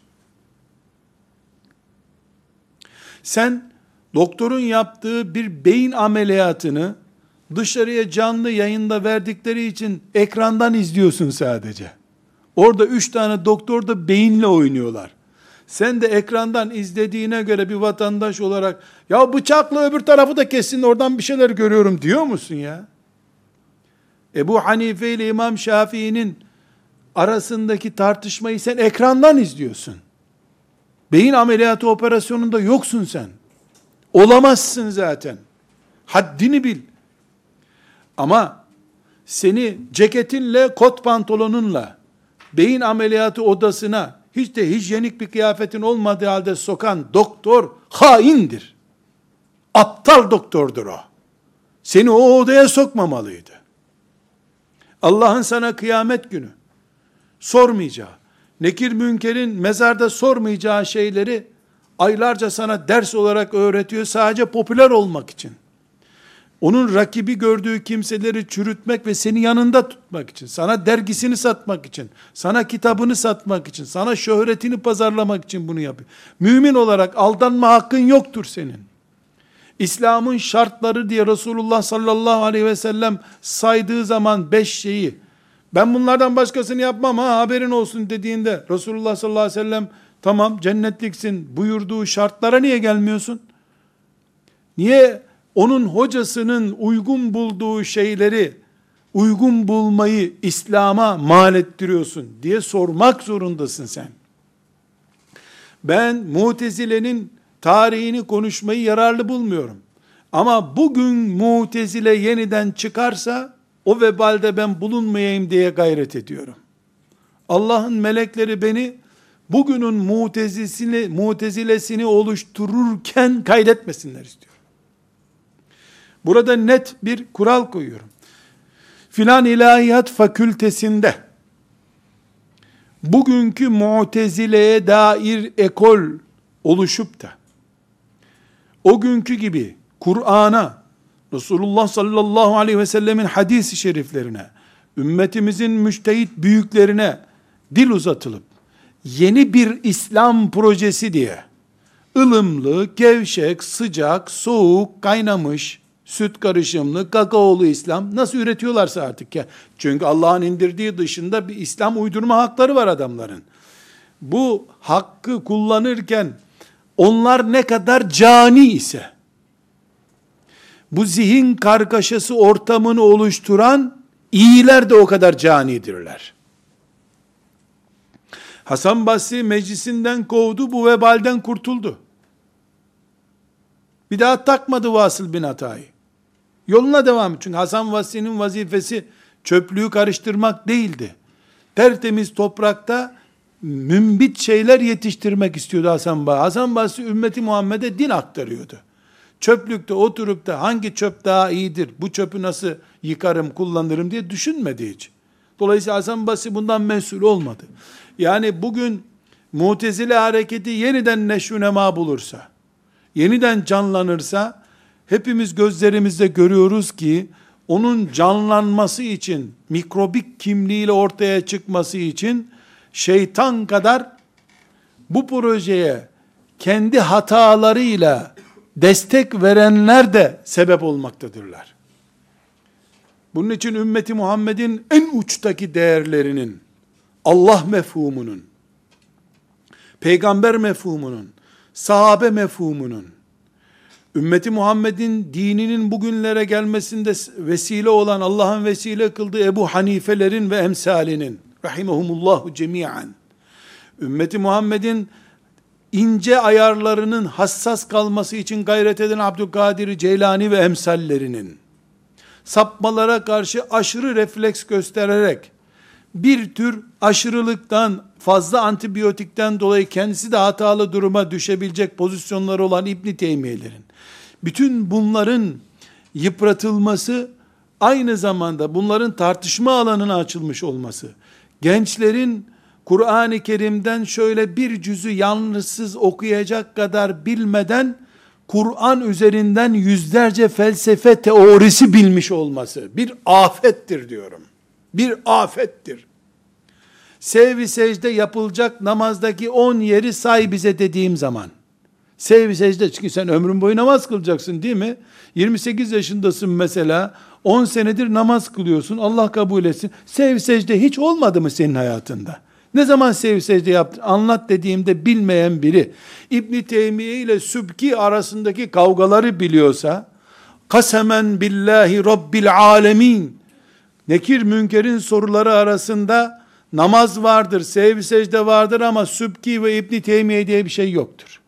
Sen doktorun yaptığı bir beyin ameliyatını dışarıya canlı yayında verdikleri için ekrandan izliyorsun sadece. Orada 3 tane doktor da beyinle oynuyorlar. Sen de ekrandan izlediğine göre bir vatandaş olarak ya bıçakla öbür tarafı da kessin oradan bir şeyler görüyorum diyor musun ya? Ebu Hanife ile İmam Şafii'nin arasındaki tartışmayı sen ekrandan izliyorsun. Beyin ameliyatı operasyonunda yoksun sen. Olamazsın zaten. Haddini bil. Ama seni ceketinle, kot pantolonunla beyin ameliyatı odasına hiç de hijyenik bir kıyafetin olmadığı halde sokan doktor haindir. Aptal doktordur o. Seni o odaya sokmamalıydı. Allah'ın sana kıyamet günü sormayacağı, Nekir Münker'in mezarda sormayacağı şeyleri aylarca sana ders olarak öğretiyor sadece popüler olmak için. Onun rakibi gördüğü kimseleri çürütmek ve seni yanında tutmak için, sana dergisini satmak için, sana kitabını satmak için, sana şöhretini pazarlamak için bunu yapıyor. Mümin olarak aldanma hakkın yoktur senin. İslam'ın şartları diye Resulullah sallallahu aleyhi ve sellem saydığı zaman 5 şeyi, ben bunlardan başkasını yapmam ha haberin olsun dediğinde Resulullah sallallahu aleyhi ve sellem tamam cennetliksin buyurduğu şartlara niye gelmiyorsun? Niye onun hocasının uygun bulduğu şeyleri uygun bulmayı İslam'a mal ettiriyorsun diye sormak zorundasın sen. Ben Mutezile'nin tarihini konuşmayı yararlı bulmuyorum. Ama bugün Mutezile yeniden çıkarsa o vebalde ben bulunmayayım diye gayret ediyorum. Allah'ın melekleri beni bugünün Mutezilesini oluştururken kaydetmesinler istiyorum. Burada net bir kural koyuyorum. Filan ilahiyat fakültesinde bugünkü Mutezile'ye dair ekol oluşup da o günkü gibi Kur'an'a, Resulullah sallallahu aleyhi ve sellemin hadis-i şeriflerine, ümmetimizin müçtehit büyüklerine dil uzatılıp yeni bir İslam projesi diye ılımlı, gevşek, sıcak, soğuk, kaynamış, süt karışımlı, kakaolu İslam nasıl üretiyorlarsa artık ya. Çünkü Allah'ın indirdiği dışında bir İslam uydurma hakları var adamların. Bu hakkı kullanırken onlar ne kadar cani ise, bu zihin kargaşası ortamını oluşturan iyiler de o kadar canidirler. Hasan Basri meclisinden kovdu, bu vebalden kurtuldu. Bir daha takmadı Vasıl bin Ata'yı. Yoluna devam. Çünkü Hasan Basri'nin vazifesi çöplüğü karıştırmak değildi. Tertemiz toprakta mümbit şeyler yetiştirmek istiyordu Hasan Basri. Hasan Basri ümmeti Muhammed'e din aktarıyordu. Çöplükte oturup da hangi çöp daha iyidir, bu çöpü nasıl yıkarım, kullanırım diye düşünmedi hiç. Dolayısıyla Hasan Basri bundan mesul olmadı. Yani bugün Mutezile hareketi yeniden neşvünema bulursa, yeniden canlanırsa, hepimiz gözlerimizde görüyoruz ki, onun canlanması için, mikrobik kimliğiyle ortaya çıkması için, şeytan kadar bu projeye kendi hatalarıyla destek verenler de sebep olmaktadırlar. Bunun için ümmeti Muhammed'in en uçtaki değerlerinin, Allah mefhumunun, peygamber mefhumunun, sahabe mefhumunun, ümmeti Muhammed'in dininin bugünlere gelmesinde vesile olan, Allah'ın vesile kıldığı Ebu Hanifelerin ve emsalinin, rahimehumullahu cemiyen, ümmeti Muhammed'in ince ayarlarının hassas kalması için gayret eden Abdülkadir Ceylani ve emsallerinin, sapmalara karşı aşırı refleks göstererek, bir tür aşırılıktan, fazla antibiyotikten dolayı kendisi de hatalı duruma düşebilecek pozisyonları olan İbn Teymiyelerin, bütün bunların yıpratılması, aynı zamanda bunların tartışma alanına açılmış olması, gençlerin Kur'an-ı Kerim'den şöyle bir cüzü yalnızsız okuyacak kadar bilmeden, Kur'an üzerinden yüzlerce felsefe teorisi bilmiş olması bir afettir diyorum. Bir afettir. Sev-i secde yapılacak namazdaki 10 yeri say bize dediğim zaman, sev-i secde, çünkü sen ömrün boyu namaz kılacaksın değil mi? 28 yaşındasın mesela, 10 senedir namaz kılıyorsun, Allah kabul etsin. Sev-i secde hiç olmadı mı senin hayatında? Ne zaman sev-i secde yaptın? Anlat dediğimde bilmeyen biri, İbn Teymiye ile Sübki arasındaki kavgaları biliyorsa, kasemen billahi rabbil alemin, Nekir Münker'in soruları arasında namaz vardır, sev-i secde vardır ama Sübki ve İbn Teymiye diye bir şey yoktur.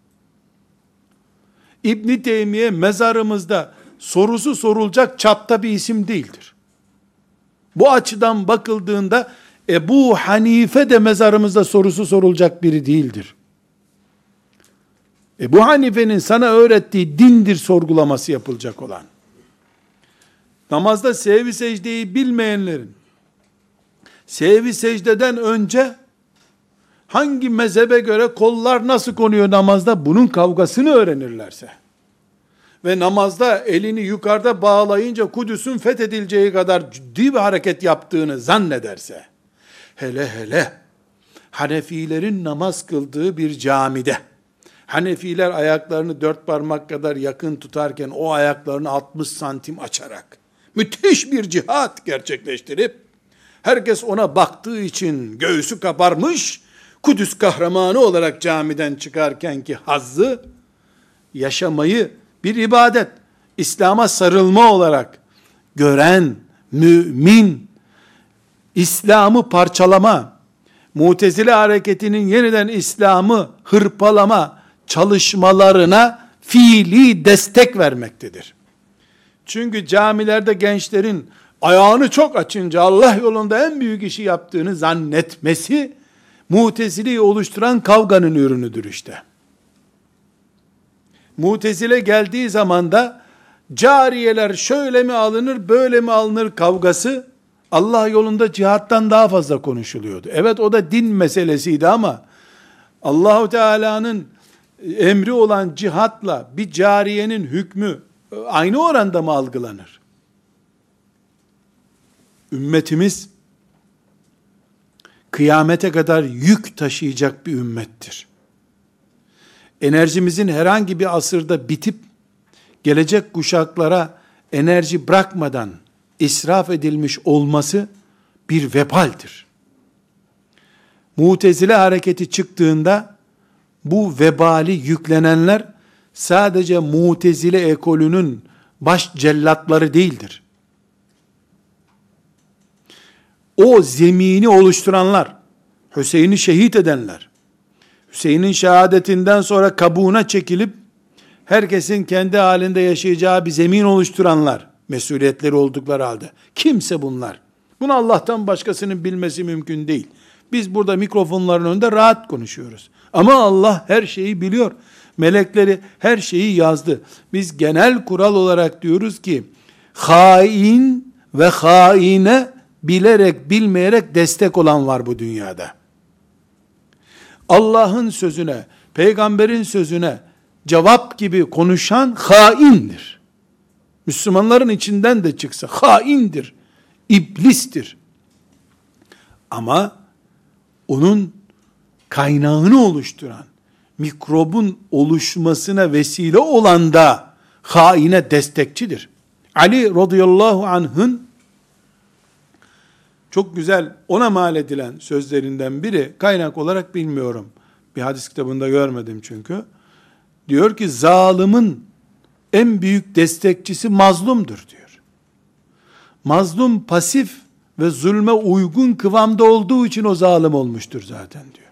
İbn Teymiye mezarımızda sorusu sorulacak çapta bir isim değildir. Bu açıdan bakıldığında Ebu Hanife de mezarımızda sorusu sorulacak biri değildir. Ebu Hanife'nin sana öğrettiği dindir sorgulaması yapılacak olan. Namazda sev-i secdeyi bilmeyenlerin, sev-i secdeden önce hangi mezhebe göre kollar nasıl konuyor namazda, bunun kavgasını öğrenirlerse ve namazda elini yukarıda bağlayınca Kudüs'ün fethedileceği kadar ciddi bir hareket yaptığını zannederse, hele hele Hanefilerin namaz kıldığı bir camide, Hanefiler ayaklarını 4 parmak kadar yakın tutarken o ayaklarını 60 santim açarak müthiş bir cihat gerçekleştirip herkes ona baktığı için göğsü kabarmış, Kudüs kahramanı olarak camiden çıkarken ki hazzı, yaşamayı bir ibadet, İslam'a sarılma olarak gören mümin, İslam'ı parçalama, Mutezile hareketinin yeniden İslam'ı hırpalama çalışmalarına fiili destek vermektedir. Çünkü camilerde gençlerin ayağını çok açınca Allah yolunda en büyük işi yaptığını zannetmesi, Mutezile'yi oluşturan kavganın ürünüdür işte. Mutezile geldiği zaman da cariyeler şöyle mi alınır, böyle mi alınır kavgası, Allah yolunda cihattan daha fazla konuşuluyordu. Evet, o da din meselesiydi ama Allahu Teala'nın emri olan cihatla bir cariyenin hükmü aynı oranda mı algılanır? Ümmetimiz kıyamete kadar yük taşıyacak bir ümmettir. Enerjimizin herhangi bir asırda bitip gelecek kuşaklara enerji bırakmadan israf edilmiş olması bir vebaldir. Mutezile hareketi çıktığında bu vebali yüklenenler sadece Mutezile ekolünün baş cellatları değildir. O zemini oluşturanlar, Hüseyin'i şehit edenler, Hüseyin'in şehadetinden sonra kabuğuna çekilip herkesin kendi halinde yaşayacağı bir zemin oluşturanlar, mesuliyetleri oldukları halde. Kimse bunlar. Bunu Allah'tan başkasının bilmesi mümkün değil. Biz burada mikrofonların önünde rahat konuşuyoruz. Ama Allah her şeyi biliyor. Melekleri her şeyi yazdı. Biz genel kural olarak diyoruz ki, hain ve haine bilerek bilmeyerek destek olan var bu dünyada. Allah'ın sözüne, peygamberin sözüne cevap gibi konuşan haindir. Müslümanların içinden de çıksa haindir, iblistir. Ama onun kaynağını oluşturan, mikrobun oluşmasına vesile olan da haine destekçidir. Ali radıyallahu anh'ın çok güzel ona mal edilen sözlerinden biri, kaynak olarak bilmiyorum, bir hadis kitabında görmedim çünkü, diyor ki zalimin en büyük destekçisi mazlumdur diyor. Mazlum pasif ve zulme uygun kıvamda olduğu için o zalim olmuştur zaten diyor.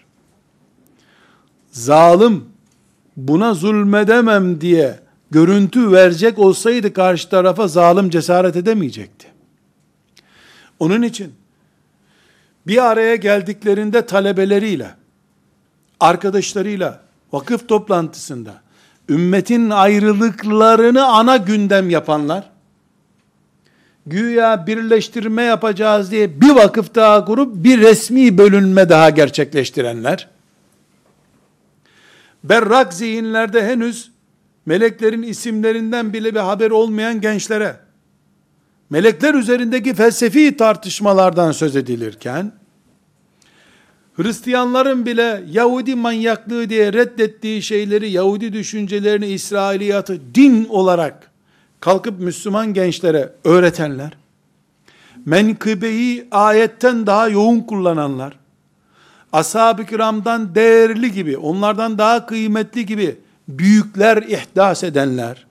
Zalim buna zulmedemem diye görüntü verecek olsaydı karşı tarafa, zalim cesaret edemeyecekti. Onun için bir araya geldiklerinde talebeleriyle, arkadaşlarıyla vakıf toplantısında ümmetin ayrılıklarını ana gündem yapanlar, güya birleştirme yapacağız diye bir vakıf daha kurup bir resmi bölünme daha gerçekleştirenler, berrak zihinlerde henüz meleklerin isimlerinden bile bir haber olmayan gençlere, melekler üzerindeki felsefi tartışmalardan söz edilirken, Hristiyanların bile Yahudi manyaklığı diye reddettiği şeyleri, Yahudi düşüncelerini, İsrailiyatı din olarak kalkıp Müslüman gençlere öğretenler, menkıbeyi ayetten daha yoğun kullananlar, ashab-ı kiramdan değerli gibi, onlardan daha kıymetli gibi büyükler ihdas edenler,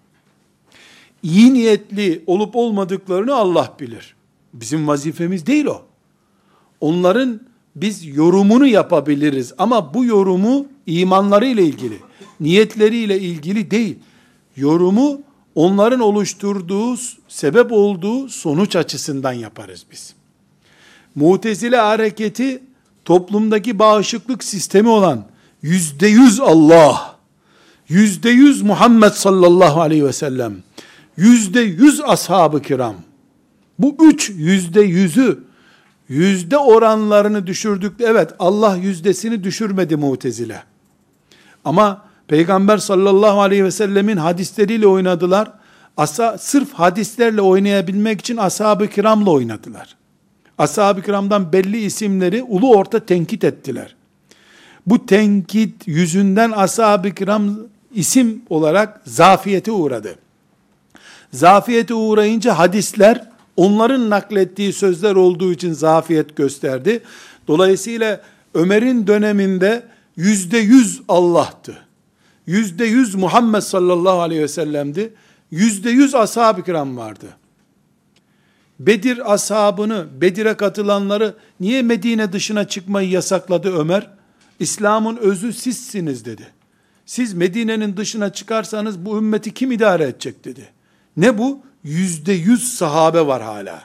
iyi niyetli olup olmadıklarını Allah bilir. Bizim vazifemiz değil o. Onların biz yorumunu yapabiliriz ama bu yorumu imanlarıyla ilgili, niyetleriyle ilgili değil. Yorumu onların oluşturduğu, sebep olduğu sonuç açısından yaparız biz. Mutezile hareketi toplumdaki bağışıklık sistemi olan %100 Allah, %100 Muhammed sallallahu aleyhi ve sellem, %100 ashab-ı kiram, bu üç %100'ü, yüzde oranlarını düşürdük. Evet, Allah yüzdesini düşürmedi Mutezile. Ama Peygamber sallallahu aleyhi ve sellemin hadisleriyle oynadılar. Sırf hadislerle oynayabilmek için ashab-ı kiramla oynadılar. Ashab-ı kiramdan belli isimleri ulu orta tenkit ettiler. Bu tenkit yüzünden ashab-ı kiram isim olarak zafiyete uğradı. Zafiyete uğrayınca hadisler onların naklettiği sözler olduğu için zafiyet gösterdi. Dolayısıyla Ömer'in döneminde %100 Allah'tı. %100 Muhammed sallallahu aleyhi ve sellem'di. %100 ashab-ı kiram vardı. Bedir ashabını, Bedir'e katılanları niye Medine dışına çıkmayı yasakladı Ömer? İslam'ın özü sizsiniz dedi. Siz Medine'nin dışına çıkarsanız bu ümmeti kim idare edecek dedi. Ne bu? %100 sahabe var hala.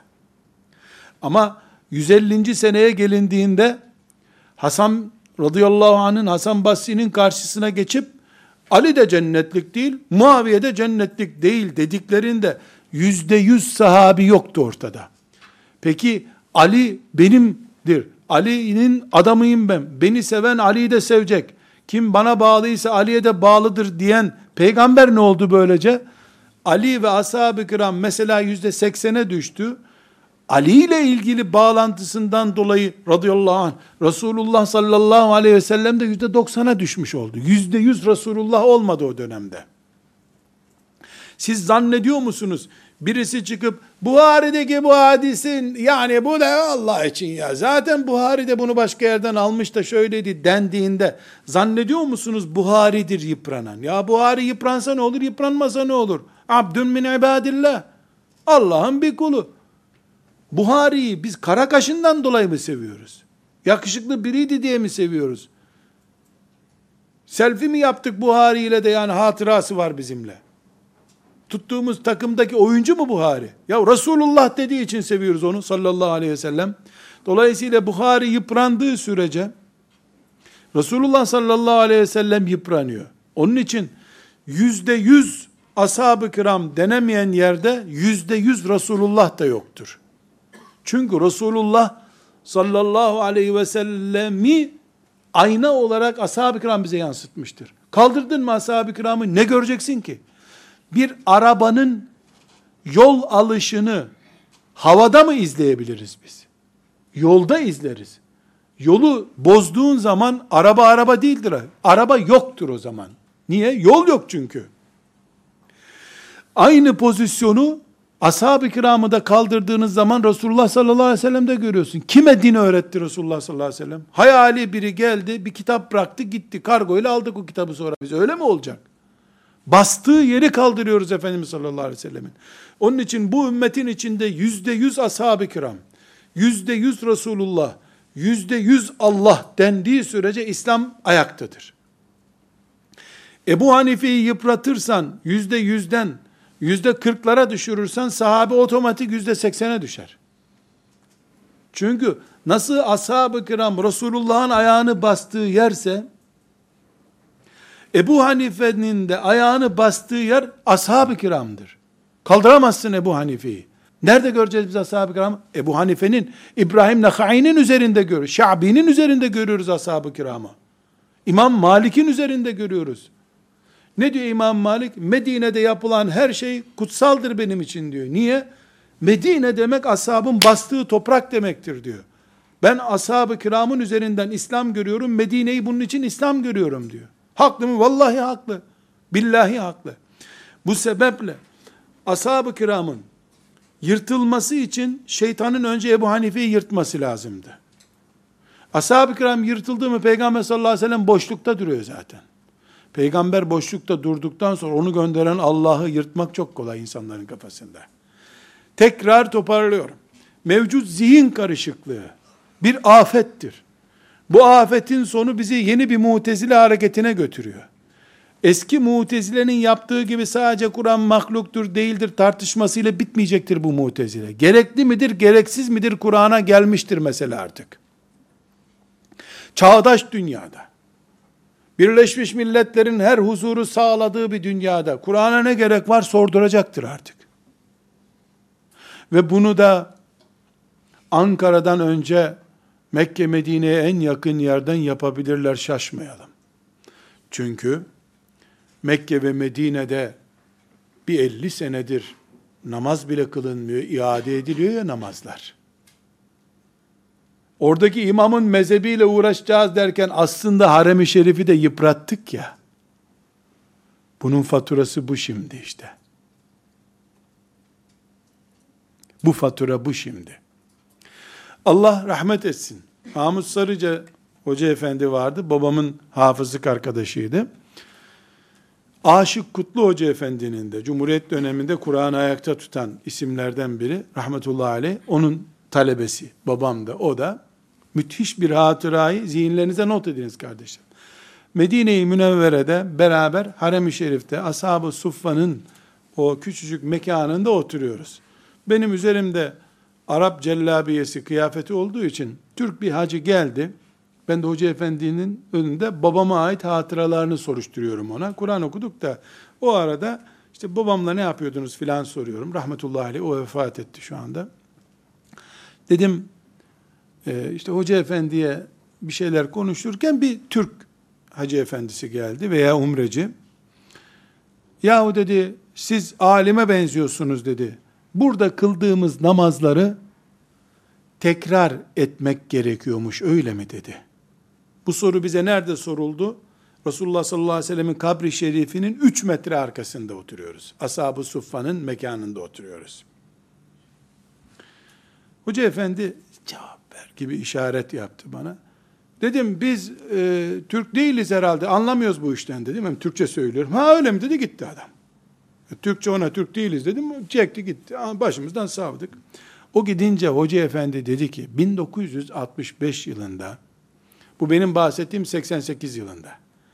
Ama 150. seneye gelindiğinde Hasan radıyallahu anh'ın, Hasan Basri'nin karşısına geçip Ali de cennetlik değil, Muaviye de cennetlik değil dediklerinde %100 sahabi yoktu ortada. Peki Ali benimdir, Ali'nin adamıyım ben, beni seven Ali'yi de sevecek, kim bana bağlıysa Ali'ye de bağlıdır diyen peygamber ne oldu böylece? Ali ve ashab-ı kiram mesela %80'e düştü. Ali ile ilgili bağlantısından dolayı radıyallahu anh Resulullah sallallahu aleyhi ve sellem de %90'a düşmüş oldu. %100 Resulullah olmadı o dönemde. Siz zannediyor musunuz? Birisi çıkıp Buhari'deki bu hadisin yani bu da Allah için ya zaten Buhari de bunu başka yerden almış da şöyleydi dendiğinde zannediyor musunuz Buhari'dir yıpranan? Ya Buhari yıpransa ne olur, yıpranmasa ne olur? Abdün min ibadillah. Allah'ın bir kulu. Buhari'yi biz kara kaşından dolayı mı seviyoruz? Yakışıklı biriydi diye mi seviyoruz? Selfie mi yaptık Buhari ile de yani hatırası var bizimle? Tuttuğumuz takımdaki oyuncu mu Buhari? Ya Resulullah dediği için seviyoruz onu sallallahu aleyhi ve sellem. Dolayısıyla Buhari yıprandığı sürece Resulullah sallallahu aleyhi ve sellem yıpranıyor. Onun için %100 ashab-ı kiram denemeyen yerde %100 Resulullah da yoktur. Çünkü Resulullah sallallahu aleyhi ve sellemi ayna olarak ashab-ı kiram bize yansıtmıştır. Kaldırdın mı ashab-ı kiramı ne göreceksin ki? Bir arabanın yol alışını havada mı izleyebiliriz biz? Yolda izleriz. Yolu bozduğun zaman araba değildir. Araba yoktur o zaman. Niye? Yol yok çünkü. Aynı pozisyonu ashab-ı kiramı da kaldırdığınız zaman Resulullah sallallahu aleyhi ve sellem'de görüyorsun. Kime din öğretti Resulullah sallallahu aleyhi ve sellem? Hayali biri geldi, bir kitap bıraktı, gitti. Kargoyla aldık o kitabı sonra biz. Öyle mi olacak? Bastığı yeri kaldırıyoruz Efendimiz sallallahu aleyhi ve sellemin. Onun için bu ümmetin içinde %100 ashab-ı kiram, %100 Resulullah, %100 Allah dendiği sürece İslam ayaktadır. Ebu Hanife'yi yıpratırsan %100'den %40'lara düşürürsen sahabe otomatik %80'e düşer. Çünkü nasıl ashab-ı kiram Resulullah'ın ayağını bastığı yerse, Ebu Hanife'nin de ayağını bastığı yer ashab-ı kiramdır. Kaldıramazsın Ebu Hanife'yi. Nerede göreceğiz biz ashab-ı kiramı? Ebu Hanife'nin, İbrahim Nakai'nin üzerinde görüyoruz. Şa'bi'nin üzerinde görüyoruz ashab-ı kiramı. İmam Malik'in üzerinde görüyoruz. Ne diyor İmam Malik? Medine'de yapılan her şey kutsaldır benim için diyor. Niye? Medine demek ashabın bastığı toprak demektir diyor. Ben ashab-ı kiramın üzerinden İslam görüyorum, Medine'yi bunun için İslam görüyorum diyor. Haklı mı? Vallahi haklı. Billahi haklı. Bu sebeple ashab-ı kiramın yırtılması için şeytanın önce Ebu Hanife'yi yırtması lazımdı. Ashab-ı kiram yırtıldı mı Peygamber sallallahu aleyhi ve sellem boşlukta duruyor zaten. Peygamber boşlukta durduktan sonra onu gönderen Allah'ı yırtmak çok kolay insanların kafasında. Tekrar toparlıyorum. Mevcut zihin karışıklığı bir afettir. Bu afetin sonu bizi yeni bir Mu'tezile hareketine götürüyor. Eski Mu'tezile'nin yaptığı gibi sadece Kur'an mahluktur, değildir tartışmasıyla bitmeyecektir bu Mu'tezile. Gerekli midir, gereksiz midir Kur'an'a gelmiştir mesela artık. Çağdaş dünyada, Birleşmiş Milletler'in her huzuru sağladığı bir dünyada Kur'an'a ne gerek var sorduracaktır artık. Ve bunu da Ankara'dan önce Mekke Medine'ye en yakın yerden yapabilirler, şaşmayalım. Çünkü Mekke ve Medine'de bir 50 senedir namaz bile kılınmıyor, iade ediliyor ya namazlar. Oradaki imamın mezhebiyle uğraşacağız derken aslında harem-i şerifi de yıprattık ya. Bunun faturası bu şimdi işte. Bu fatura bu şimdi. Allah rahmet etsin. Mahmut Sarıca Hoca Efendi vardı. Babamın hafızlık arkadaşıydı. Aşık Kutlu Hoca Efendi'nin de Cumhuriyet döneminde Kur'an'ı ayakta tutan isimlerden biri rahmetullahi aleyh. Onun talebesi. Babam da o da. Müthiş bir hatırayı zihinlerinize not ediniz kardeşim. Medine-i Münevvere'de beraber Harem-i Şerif'te Ashab-ı Suffa'nın o küçücük mekanında oturuyoruz. Benim üzerimde Arap cellabiyesi kıyafeti olduğu için Türk bir hacı geldi. Ben de Hoca Efendi'nin önünde babama ait hatıralarını soruşturuyorum ona. Kur'an okuduk da o arada işte babamla ne yapıyordunuz filan soruyorum. Rahmetullahi aleyh, o vefat etti şu anda. Dedim işte Hoca Efendi'ye bir şeyler konuşurken bir Türk hacı efendisi geldi veya umreci. Yahu dedi siz alime benziyorsunuz dedi. Burada kıldığımız namazları tekrar etmek gerekiyormuş, öyle mi dedi. Bu soru bize nerede soruldu? Resulullah sallallahu aleyhi ve sellemin kabri şerifinin 3 metre arkasında oturuyoruz. Ashab-ı Suffa'nın mekanında oturuyoruz. Hoca Efendi cevap ver gibi işaret yaptı bana. Dedim biz Türk değiliz herhalde, anlamıyoruz bu işten dedim. Hem Türkçe söylüyorum. Ha öyle mi dedi, gitti adam. Türkçe ona Türk değiliz dedim. Çekti gitti. Başımızdan savdık. O gidince Hoca Efendi dedi ki 1965 yılında, bu benim bahsettiğim 88 yılında,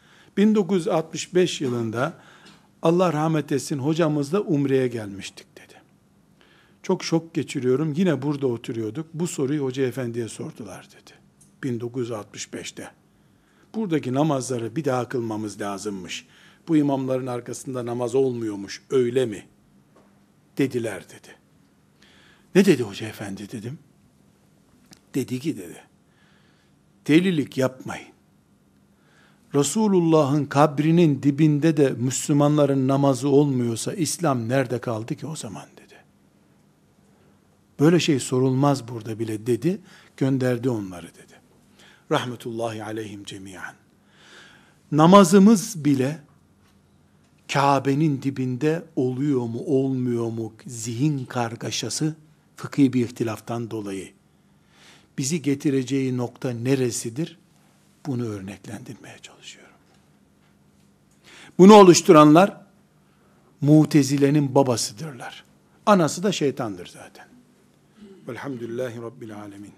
1965 yılında Allah rahmet etsin hocamızla Umre'ye gelmiştik dedi. Çok şok geçiriyorum. Yine burada oturuyorduk. Bu soruyu Hoca Efendi'ye sordular dedi. 1965'te. Buradaki namazları bir daha kılmamız lazımmış. Bu imamların arkasında namaz olmuyormuş. Öyle mi? Dediler dedi. Ne dedi Hoca Efendi dedim. Dedi ki dedi. Delilik yapmayın. Resulullah'ın kabrinin dibinde de Müslümanların namazı olmuyorsa İslam nerede kaldı ki o zaman dedi. Böyle şey sorulmaz burada bile dedi. Gönderdi onları dedi. Rahmetullahi aleyhim cemiyan. Namazımız bile Kabe'nin dibinde oluyor mu olmuyor mu zihin kargaşası fıkhi bir ihtilaftan dolayı bizi getireceği nokta neresidir? Bunu örneklendirmeye çalışıyorum. Bunu oluşturanlar Mu'tezile'nin babasıdırlar. Anası da şeytandır zaten. Velhamdülillahi Rabbil alemin.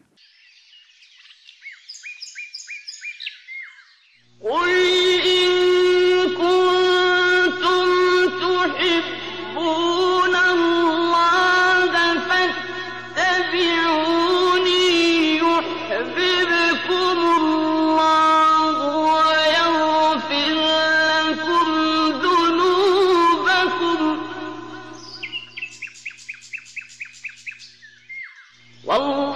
قُلْ إِن كُنتُمْ تُحِبُّونَ اللَّهَ فَاتَّبِعُونِي يُحْبِبْكُمُ اللَّهُ وَيَغْفِرْ لَكُمْ ذُنُوبَكُمْ وَاللَّهُ